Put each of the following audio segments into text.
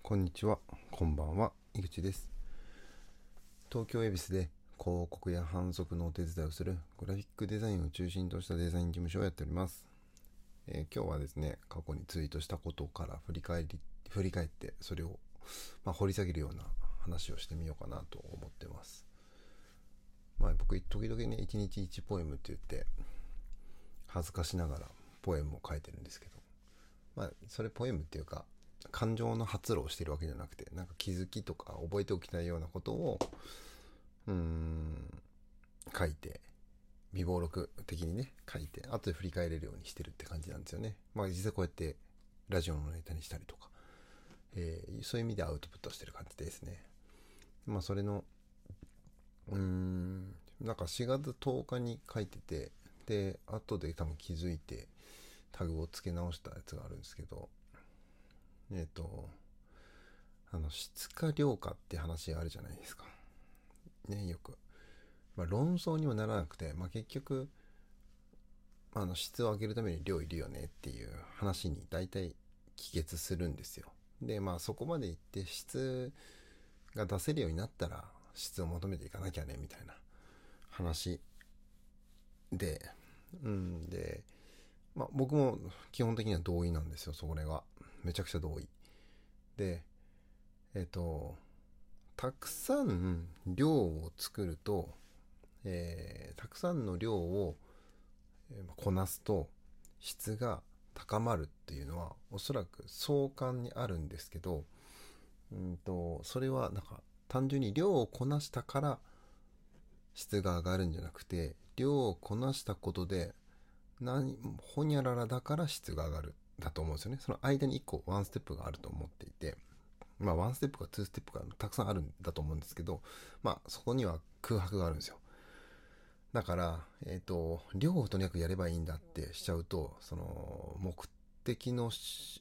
こんにちは、こんばんは、井口です。東京恵比寿で広告や販促のお手伝いをするグラフィックデザインを中心としたデザイン事務所をやっております。今日はですね、過去にツイートしたことから振り返ってそれを、掘り下げるような話をしてみようかなと思ってます。僕時々ね、1日1ポエムって言って恥ずかしながらポエムを書いてるんですけど、それポエムっていうか感情の発露をしてるわけじゃなくて、なんか気づきとか覚えておきたいようなことを書いて、微暴録的にね書いて後で振り返れるようにしてるって感じなんですよね。実際こうやってラジオのネタにしたりとか、そういう意味でアウトプットしてる感じですね。それのなんか4月10日に書いてて、で後で多分気づいてタグを付け直したやつがあるんですけど、質か量かって話あるじゃないですかね。よく論争にはならなくて、結局質を上げるために量いるよねっていう話に大体帰結するんですよ。でそこまでいって質が出せるようになったら質を求めていかなきゃねみたいな話で、で僕も基本的には同意なんですよ。それがめちゃくちゃ同意で、たくさん量を作ると、たくさんの量をこなすと質が高まるっていうのはおそらく相関にあるんですけど、それはなんか単純に量をこなしたから質が上がるんじゃなくて、量をこなしたことでほにゃららだから質が上がるだと思うんですよね。その間に1個ワンステップがあると思っていて、ワンステップかツーステップかたくさんあるんだと思うんですけど、そこには空白があるんですよ。だから、量をとにかくやればいいんだってしちゃうと、その目的の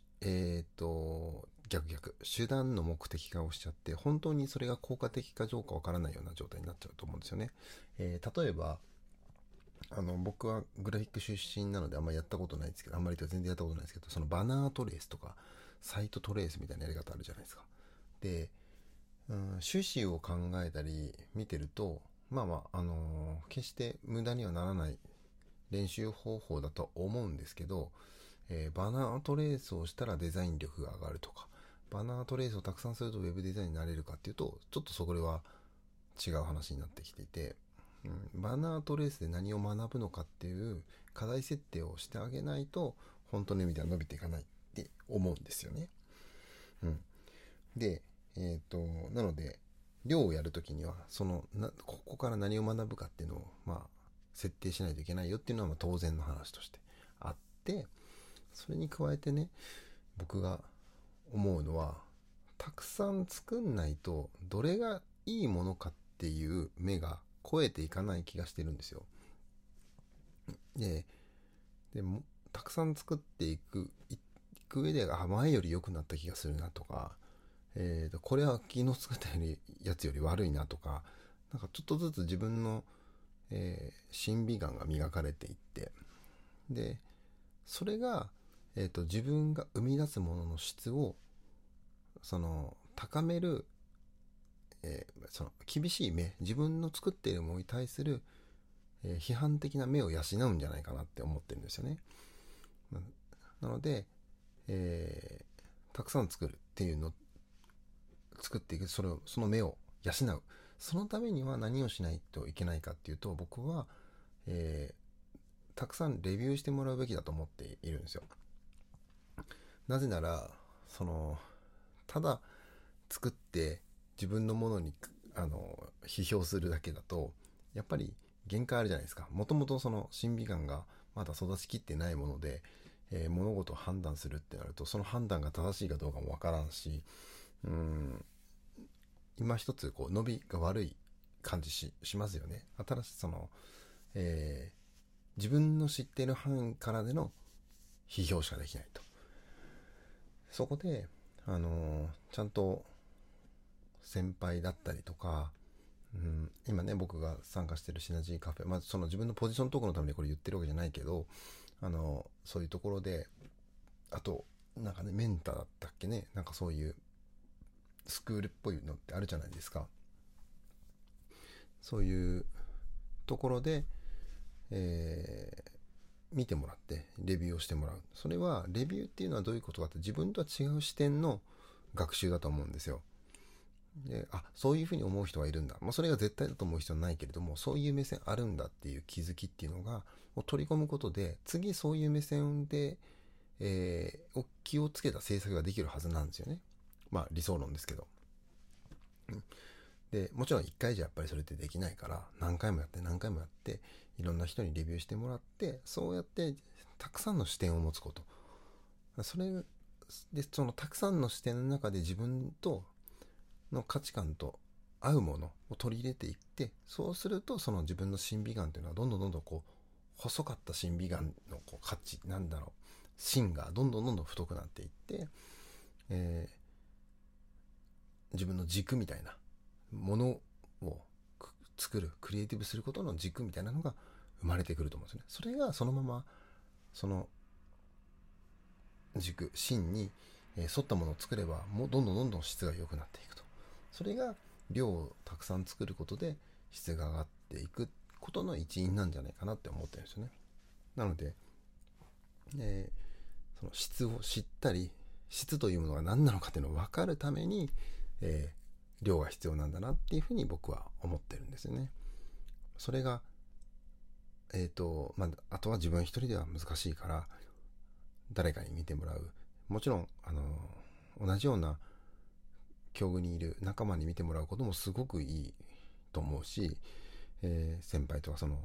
逆手段の目的化をしちゃって、本当にそれが効果的かどうかわからないような状態になっちゃうと思うんですよね。例えば僕はグラフィック出身なのであんまりやったことないですけど、あんまりと全然やったことないですけど、そのバナートレースとかサイトトレースみたいなやり方あるじゃないですか。で、趣旨を考えたり見てると、決して無駄にはならない練習方法だと思うんですけど、バナートレースをしたらデザイン力が上がるとか、バナートレースをたくさんするとウェブデザインになれるかっていうと、ちょっとそれは違う話になってきていて、バナートレースで何を学ぶのかっていう課題設定をしてあげないと本当の意味では伸びていかないって思うんですよね。で、なので量をやるときにはここから何を学ぶかっていうのを設定しないといけないよっていうのは当然の話としてあって、それに加えてね、僕が思うのは、たくさん作んないとどれがいいものかっていう目が超えていかない気がしてるんですよ。で、でもたくさん作っていく上で前より良くなった気がするなとか、これは昨日作ったやつより悪いなとか、なんかちょっとずつ自分の、審美眼が磨かれていって、でそれが、自分が生み出すものの質を高める、その厳しい目、自分の作っているものに対する、批判的な目を養うんじゃないかなって思ってるんですよね。なので、たくさん作るっていうの作っていく、その目を養う。そのためには何をしないといけないかっていうと、僕は、たくさんレビューしてもらうべきだと思っているんですよ。なぜなら、ただ作って自分のものに批評するだけだとやっぱり限界あるじゃないですか。もともとその審美眼がまだ育ちきってないもので、物事を判断するってなると、その判断が正しいかどうかもわからんし、今一つ伸びが悪い感じしますよね。新しい自分の知っている範囲からでの批評しかできないと。そこでちゃんと先輩だったりとか、今ね僕が参加してるシナジーカフェ、その自分のポジショントークのためにこれ言ってるわけじゃないけど、そういうところで、あとなんかね、メンターだったっけね、なんかそういうスクールっぽいのってあるじゃないですか。そういうところで、見てもらってレビューをしてもらう。それはレビューっていうのはどういうことかって、自分とは違う視点の学習だと思うんですよ。で、そういうふうに思う人がいるんだ。それが絶対だと思う人はないけれども、そういう目線あるんだっていう気づきっていうのがを取り込むことで、次そういう目線で、気をつけた政策ができるはずなんですよね。理想論ですけど。で、もちろん一回じゃやっぱりそれってできないから、何回もやって何回もやって、いろんな人にレビューしてもらって、そうやってたくさんの視点を持つこと。それで、そのたくさんの視点の中で自分との価値観と合うものを取り入れていって、そうするとその自分の審美眼というのはどんどんどんどん細かった審美眼の価値、芯がどんどんどんどん太くなっていって、自分の軸みたいなものを作る、クリエイティブすることの軸みたいなのが生まれてくると思うんですよね。それがそのままその軸、芯に沿ったものを作れば、もうどんどんどんどん質が良くなっていくと。それが量をたくさん作ることで質が上がっていくことの一因なんじゃないかなって思ってるんですよね。なので、その質を知ったり、質というものが何なのかっていうのを分かるために、量が必要なんだなっていうふうに僕は思ってるんですよね。それが、あとは自分一人では難しいから、誰かに見てもらう。もちろん、同じような境遇にいる仲間に見てもらうこともすごくいいと思うし、先輩とかその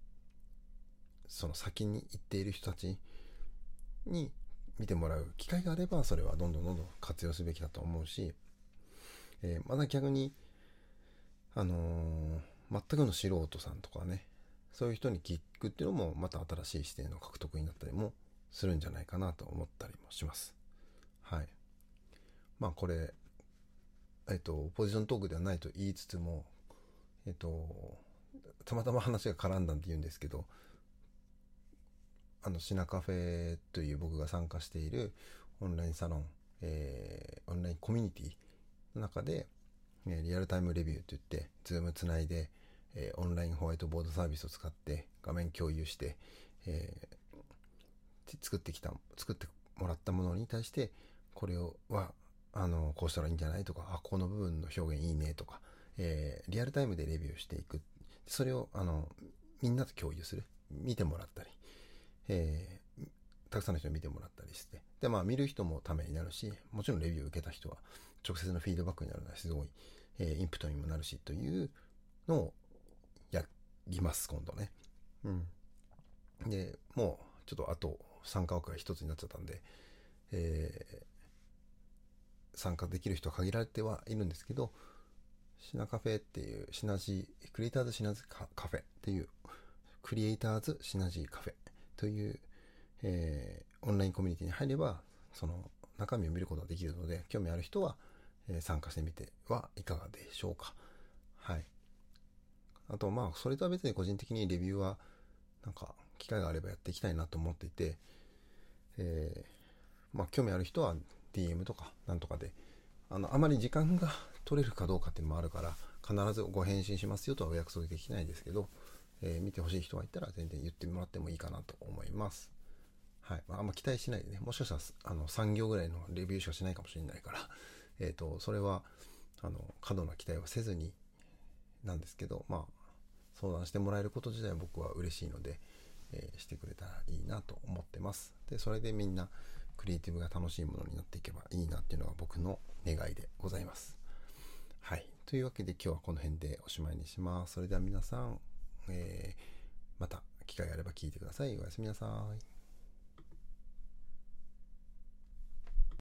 先に行っている人たちに見てもらう機会があれば、それはどんどんどんどん活用すべきだと思うし、まだ逆に、全くの素人さんとかね、そういう人に聞くっていうのもまた新しい視点の獲得になったりもするんじゃないかなと思ったりもします。はい。これ、ポジショントークではないと言いつつも、たまたま話が絡んだんで言うんですけど、シナカフェという僕が参加しているオンラインサロン、オンラインコミュニティの中で、リアルタイムレビューといって、ズームつないで、オンラインホワイトボードサービスを使って画面共有して、作ってもらったものに対して、これはこうしたらいいんじゃないとか、この部分の表現いいねとか、リアルタイムでレビューしていく。それをみんなと共有する。見てもらったり、たくさんの人に見てもらったりして、で見る人もためになるし、もちろんレビューを受けた人は直接のフィードバックになるのはすごい、インプットにもなるしというのをやります今度ね。でもうちょっとあと参加枠が一つになっちゃったんで、参加できる人は限られてはいるんですけど、シナカフェっていうシナジークリエイターズシナジーカフェっていうクリエイターズシナジーカフェという、オンラインコミュニティに入ればその中身を見ることができるので、興味ある人は、参加してみてはいかがでしょうか。はい。あとそれとは別に個人的にレビューは機会があればやっていきたいなと思っていて、興味ある人は DM とかなんとかで、あまり時間が取れるかどうかっていうのもあるから、必ずご返信しますよとはお約束できないですけど、見てほしい人がいたら全然言ってもらってもいいかなと思います。はい。あんま期待しないでね。もしかしたら3行ぐらいのレビューしかしないかもしれないから、それは過度な期待はせずになんですけど、相談してもらえること自体は僕は嬉しいので、してくれたらいいなと思ってます。で、それでみんなクリエイティブが楽しいものになっていけばいいなっていうのが僕の願いでございます。はい。というわけで今日はこの辺でおしまいにします。それでは皆さん、また機会があれば聞いてください。おやすみなさい。